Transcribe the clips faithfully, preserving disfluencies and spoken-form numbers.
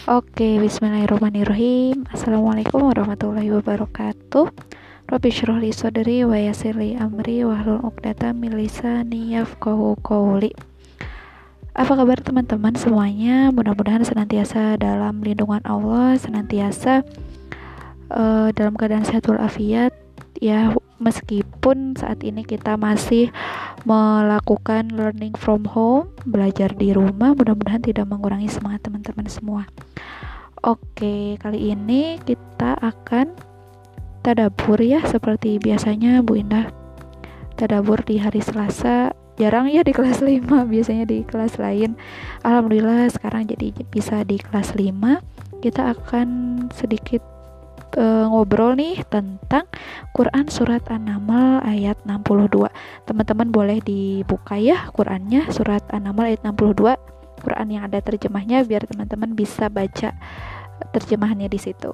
Oke, bismillahirrahmanirrahim. Assalamualaikum warahmatullahi wabarakatuh. Rabbi shrah li sadri wa yassir li amri wahlul 'uqdatam min lisani yafqahu qawli. Apa kabar teman-teman semuanya? Mudah-mudahan senantiasa dalam lindungan Allah, senantiasa uh, dalam keadaan sehat walafiat ya, meskipun saat ini kita masih melakukan learning from home, belajar di rumah. Mudah-mudahan tidak mengurangi semangat teman-teman semua. Oke, kali ini kita akan tadabur ya, seperti biasanya Bu Indah. Tadabur di hari Selasa, jarang ya di kelas lima, biasanya di kelas lain. Alhamdulillah sekarang jadi bisa di kelas lima. Kita akan sedikit uh, ngobrol nih tentang Quran surat An-Naml ayat enam puluh dua. Teman-teman boleh dibuka ya Qurannya, surat An-Naml ayat enam puluh dua. Quran yang ada terjemahnya biar teman-teman bisa baca terjemahannya di situ.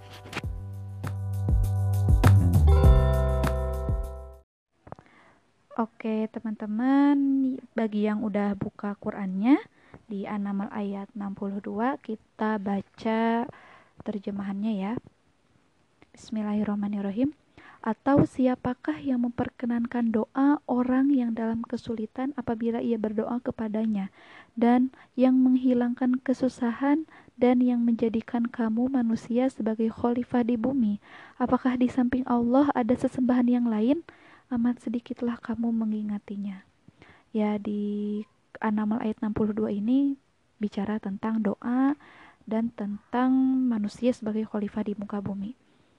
Oke teman-teman, bagi yang udah buka Qurannya di An-Naml ayat enam puluh dua, kita baca terjemahannya ya. Bismillahirrahmanirrahim. Atau siapakah yang memperkenankan doa orang yang dalam kesulitan apabila ia berdoa kepadanya, dan yang menghilangkan kesusahan, dan yang menjadikan kamu manusia sebagai khalifah di bumi? Apakah di samping Allah ada sesembahan yang lain? Amat sedikitlah kamu mengingatinya. Ya, di An-Naml ayat enam puluh dua ini bicara tentang doa dan tentang manusia sebagai khalifah di muka bumi.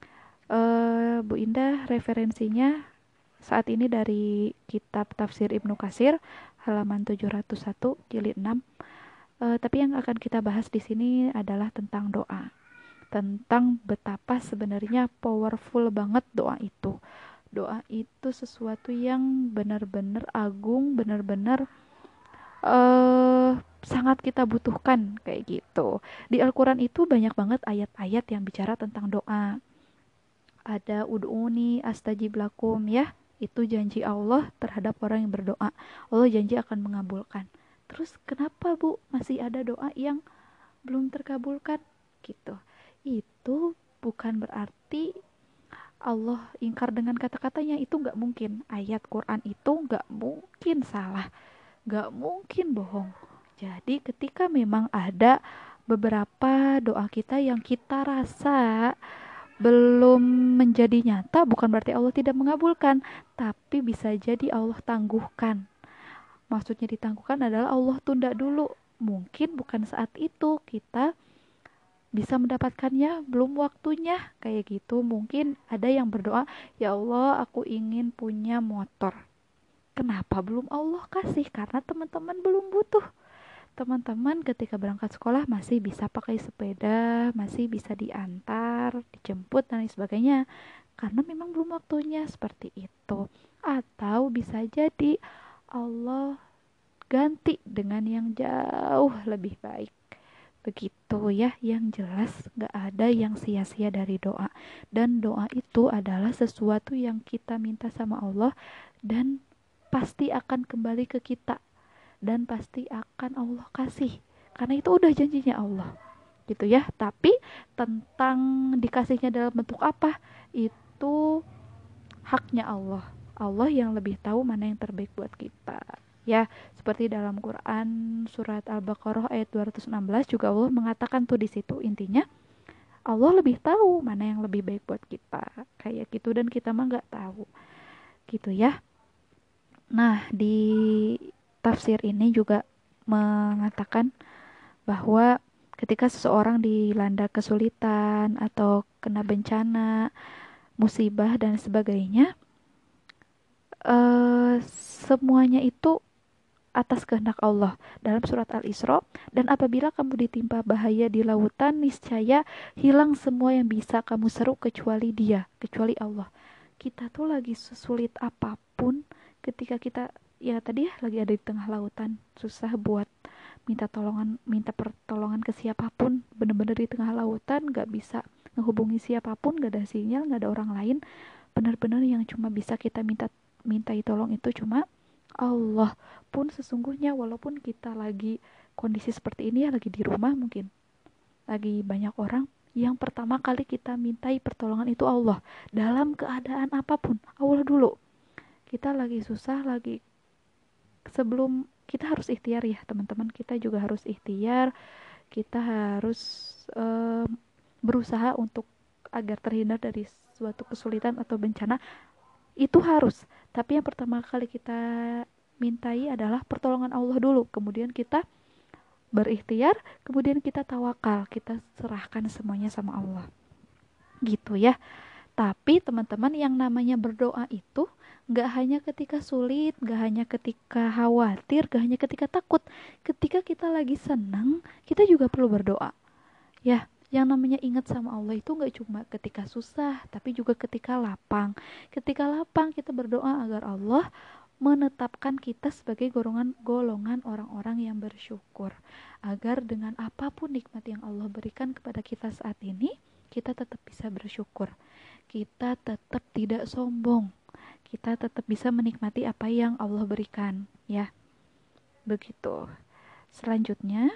Uh, Bu Indah referensinya saat ini dari kitab Tafsir Ibnu Katsir halaman tujuh ratus satu jilid enam. Uh, tapi yang akan kita bahas di sini adalah tentang doa. Tentang betapa sebenarnya powerful banget doa itu. Doa itu sesuatu yang benar-benar agung, benar-benar uh, sangat kita butuhkan kayak gitu. Di Al-Quran itu banyak banget ayat-ayat yang bicara tentang doa. Ada ud'uni astajib lakum ya, itu janji Allah terhadap orang yang berdoa. Allah janji akan mengabulkan. Terus kenapa Bu masih ada doa yang belum terkabulkan gitu? Itu bukan berarti Allah ingkar dengan kata-katanya, itu gak mungkin. Ayat Quran itu gak mungkin salah, gak mungkin bohong. Jadi ketika memang ada beberapa doa kita yang kita rasa belum menjadi nyata, bukan berarti Allah tidak mengabulkan, tapi bisa jadi Allah tangguhkan. Maksudnya ditangguhkan adalah Allah tunda dulu. Mungkin bukan saat itu kita bisa mendapatkannya, belum waktunya kayak gitu. Mungkin ada yang berdoa, ya Allah aku ingin punya motor. Kenapa belum Allah kasih? Karena teman-teman belum butuh. Teman-teman ketika berangkat sekolah masih bisa pakai sepeda, masih bisa diantar, dijemput dan lain sebagainya. Karena memang belum waktunya, seperti itu. Atau bisa jadi Allah ganti dengan yang jauh lebih baik. Begitu ya, yang jelas gak ada yang sia-sia dari doa. Dan doa itu adalah sesuatu yang kita minta sama Allah dan pasti akan kembali ke kita. Dan pasti akan Allah kasih. Karena itu udah janjinya Allah. Gitu ya. Tapi tentang dikasihnya dalam bentuk apa, itu haknya Allah. Allah yang lebih tahu mana yang terbaik buat kita. Ya, seperti dalam Quran surat Al-Baqarah ayat dua ratus enam belas juga Allah mengatakan tuh di situ, intinya Allah lebih tahu mana yang lebih baik buat kita. Kayak gitu, dan kita mah nggak tahu. Gitu ya. Nah, di tafsir ini juga mengatakan bahwa ketika seseorang dilanda kesulitan atau kena bencana, musibah dan sebagainya, uh, semuanya itu atas kehendak Allah. Dalam surat Al-Isra, dan apabila kamu ditimpa bahaya di lautan, niscaya hilang semua yang bisa kamu seru kecuali Dia, kecuali Allah. Kita tuh lagi sesulit apapun, ketika kita ya tadi ya lagi ada di tengah lautan, susah buat minta tolongan, minta pertolongan ke siapapun, bener-bener di tengah lautan, gak bisa ngehubungi siapapun, gak ada sinyal, gak ada orang lain, bener-bener yang cuma bisa kita minta mintai tolong itu cuma Allah. Pun sesungguhnya walaupun kita lagi kondisi seperti ini ya, lagi di rumah mungkin lagi banyak orang, yang pertama kali kita mintai pertolongan itu Allah. Dalam keadaan apapun, Allah dulu. Kita lagi susah, lagi sebelum kita harus ikhtiar ya teman-teman, kita juga harus ikhtiar, kita harus um, berusaha untuk agar terhindar dari suatu kesulitan atau bencana, itu harus. Tapi yang pertama kali kita mintai adalah pertolongan Allah dulu, kemudian kita berikhtiar, kemudian kita tawakal, kita serahkan semuanya sama Allah. Gitu ya. Tapi teman-teman, yang namanya berdoa itu gak hanya ketika sulit, gak hanya ketika khawatir, gak hanya ketika takut. Ketika kita lagi senang, kita juga perlu berdoa. Ya, yang namanya ingat sama Allah itu gak cuma ketika susah, tapi juga ketika lapang. Ketika lapang kita berdoa agar Allah menetapkan kita sebagai golongan golongan orang-orang yang bersyukur, agar dengan apapun nikmat yang Allah berikan kepada kita saat ini, kita tetap bisa bersyukur, kita tetap tidak sombong, kita tetap bisa menikmati apa yang Allah berikan, ya. Begitu. Selanjutnya,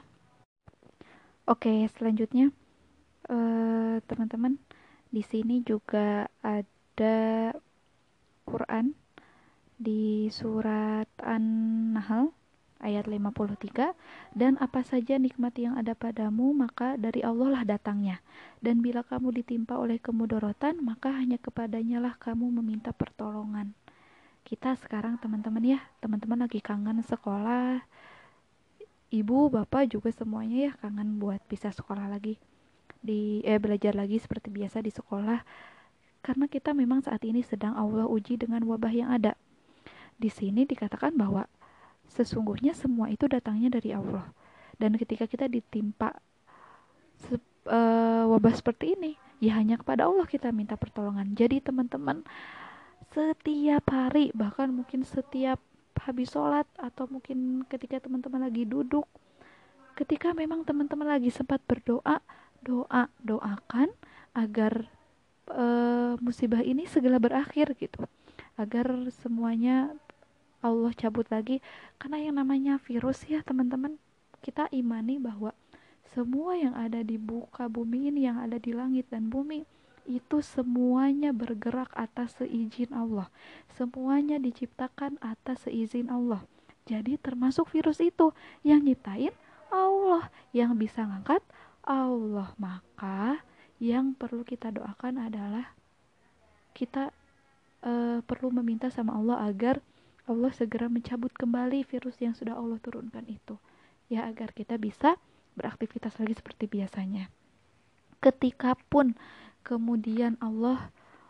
oke, selanjutnya eh, teman-teman, di sini juga ada Quran di surat An-Nahl ayat lima puluh tiga, dan apa saja nikmat yang ada padamu maka dari Allah lah datangnya, dan bila kamu ditimpa oleh kemudorotan maka hanya kepadanya lah kamu meminta pertolongan. Kita sekarang teman-teman ya, teman-teman lagi kangen sekolah, ibu bapak juga semuanya ya kangen buat bisa sekolah lagi, di eh belajar lagi seperti biasa di sekolah, karena kita memang saat ini sedang Allah uji dengan wabah yang ada. Di sini dikatakan bahwa sesungguhnya semua itu datangnya dari Allah. Dan ketika kita ditimpa se- uh, wabah seperti ini, ya hanya kepada Allah kita minta pertolongan. Jadi teman-teman, setiap hari, bahkan mungkin setiap habis sholat, atau mungkin ketika teman-teman lagi duduk, ketika memang teman-teman lagi sempat berdoa, doa, doakan agar uh, musibah ini segera berakhir gitu. Agar semuanya Allah cabut lagi, karena yang namanya virus ya teman-teman, kita imani bahwa semua yang ada di muka bumi ini, yang ada di langit dan bumi, itu semuanya bergerak atas seizin Allah, semuanya diciptakan atas seizin Allah. Jadi termasuk virus itu yang nyiptain Allah, yang bisa ngangkat Allah. Maka yang perlu kita doakan adalah kita uh, perlu meminta sama Allah agar Allah segera mencabut kembali virus yang sudah Allah turunkan itu, ya, agar kita bisa beraktivitas lagi seperti biasanya. Ketika pun kemudian Allah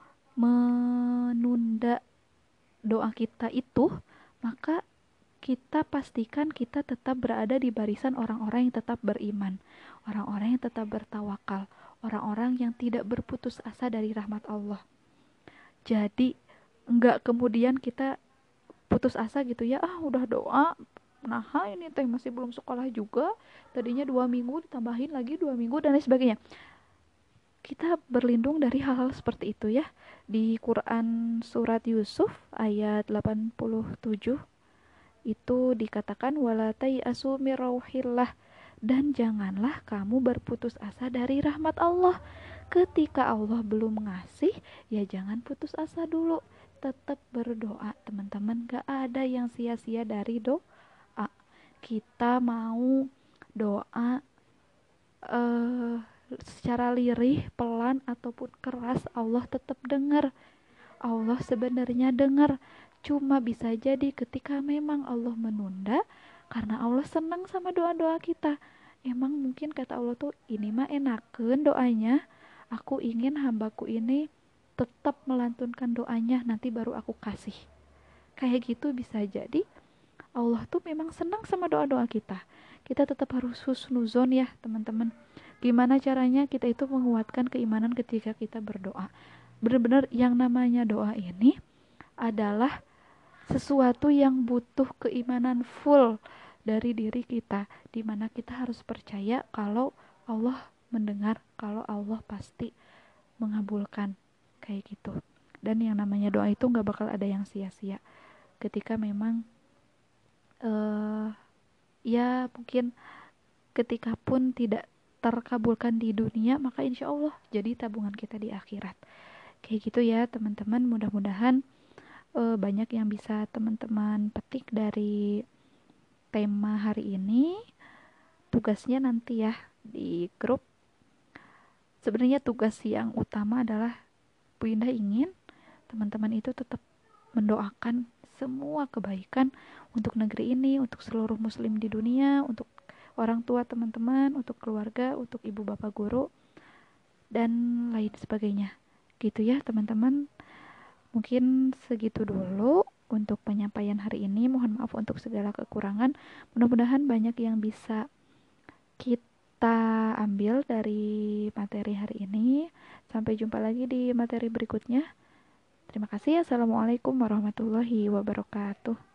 menunda doa kita itu, maka kita pastikan kita tetap berada di barisan orang-orang yang tetap beriman, orang-orang yang tetap bertawakal, orang-orang yang tidak berputus asa dari rahmat Allah. Jadi enggak kemudian kita putus asa gitu ya, ah udah doa, nah ini teh masih belum sekolah juga, tadinya dua minggu ditambahin lagi dua minggu dan lain sebagainya. Kita berlindung dari hal-hal seperti itu ya. Di Quran surat Yusuf ayat delapan puluh tujuh itu dikatakan wala tayasu mir rauhillah, dan janganlah kamu berputus asa dari rahmat Allah. Ketika Allah belum ngasih, ya jangan putus asa dulu, tetap berdoa teman-teman. Gak ada yang sia-sia dari doa. Kita mau doa uh, secara lirih, pelan ataupun keras, Allah tetap dengar. Allah sebenarnya dengar. Cuma bisa jadi ketika memang Allah menunda karena Allah senang sama doa-doa kita. Emang mungkin kata Allah tuh, ini mah enakeun doanya, aku ingin hambaku ini tetap melantunkan doanya, nanti baru aku kasih. Kayak gitu bisa jadi Allah tuh memang senang sama doa-doa kita. Kita tetap harus husnuzon ya teman-teman. Gimana caranya kita itu menguatkan keimanan ketika kita berdoa. Benar-benar yang namanya doa ini adalah sesuatu yang butuh keimanan full dari diri kita, dimana kita harus percaya kalau Allah mendengar, kalau Allah pasti mengabulkan, kayak gitu. Dan yang namanya doa itu gak bakal ada yang sia-sia. Ketika memang uh, ya mungkin ketika pun tidak terkabulkan di dunia, maka insya Allah jadi tabungan kita di akhirat. Kayak gitu ya teman-teman, mudah-mudahan uh, banyak yang bisa teman-teman petik dari tema hari ini. Tugasnya nanti ya di grup, sebenarnya tugas yang utama adalah Bu Indah ingin teman-teman itu tetap mendoakan semua kebaikan untuk negeri ini, untuk seluruh muslim di dunia, untuk orang tua teman-teman, untuk keluarga, untuk ibu bapak guru, dan lain sebagainya. Gitu ya teman-teman. Mungkin segitu dulu untuk penyampaian hari ini. Mohon maaf untuk segala kekurangan. Mudah-mudahan banyak yang bisa kita ambil dari materi hari ini. Sampai jumpa lagi di materi berikutnya. Terima kasih. Assalamualaikum warahmatullahi wabarakatuh.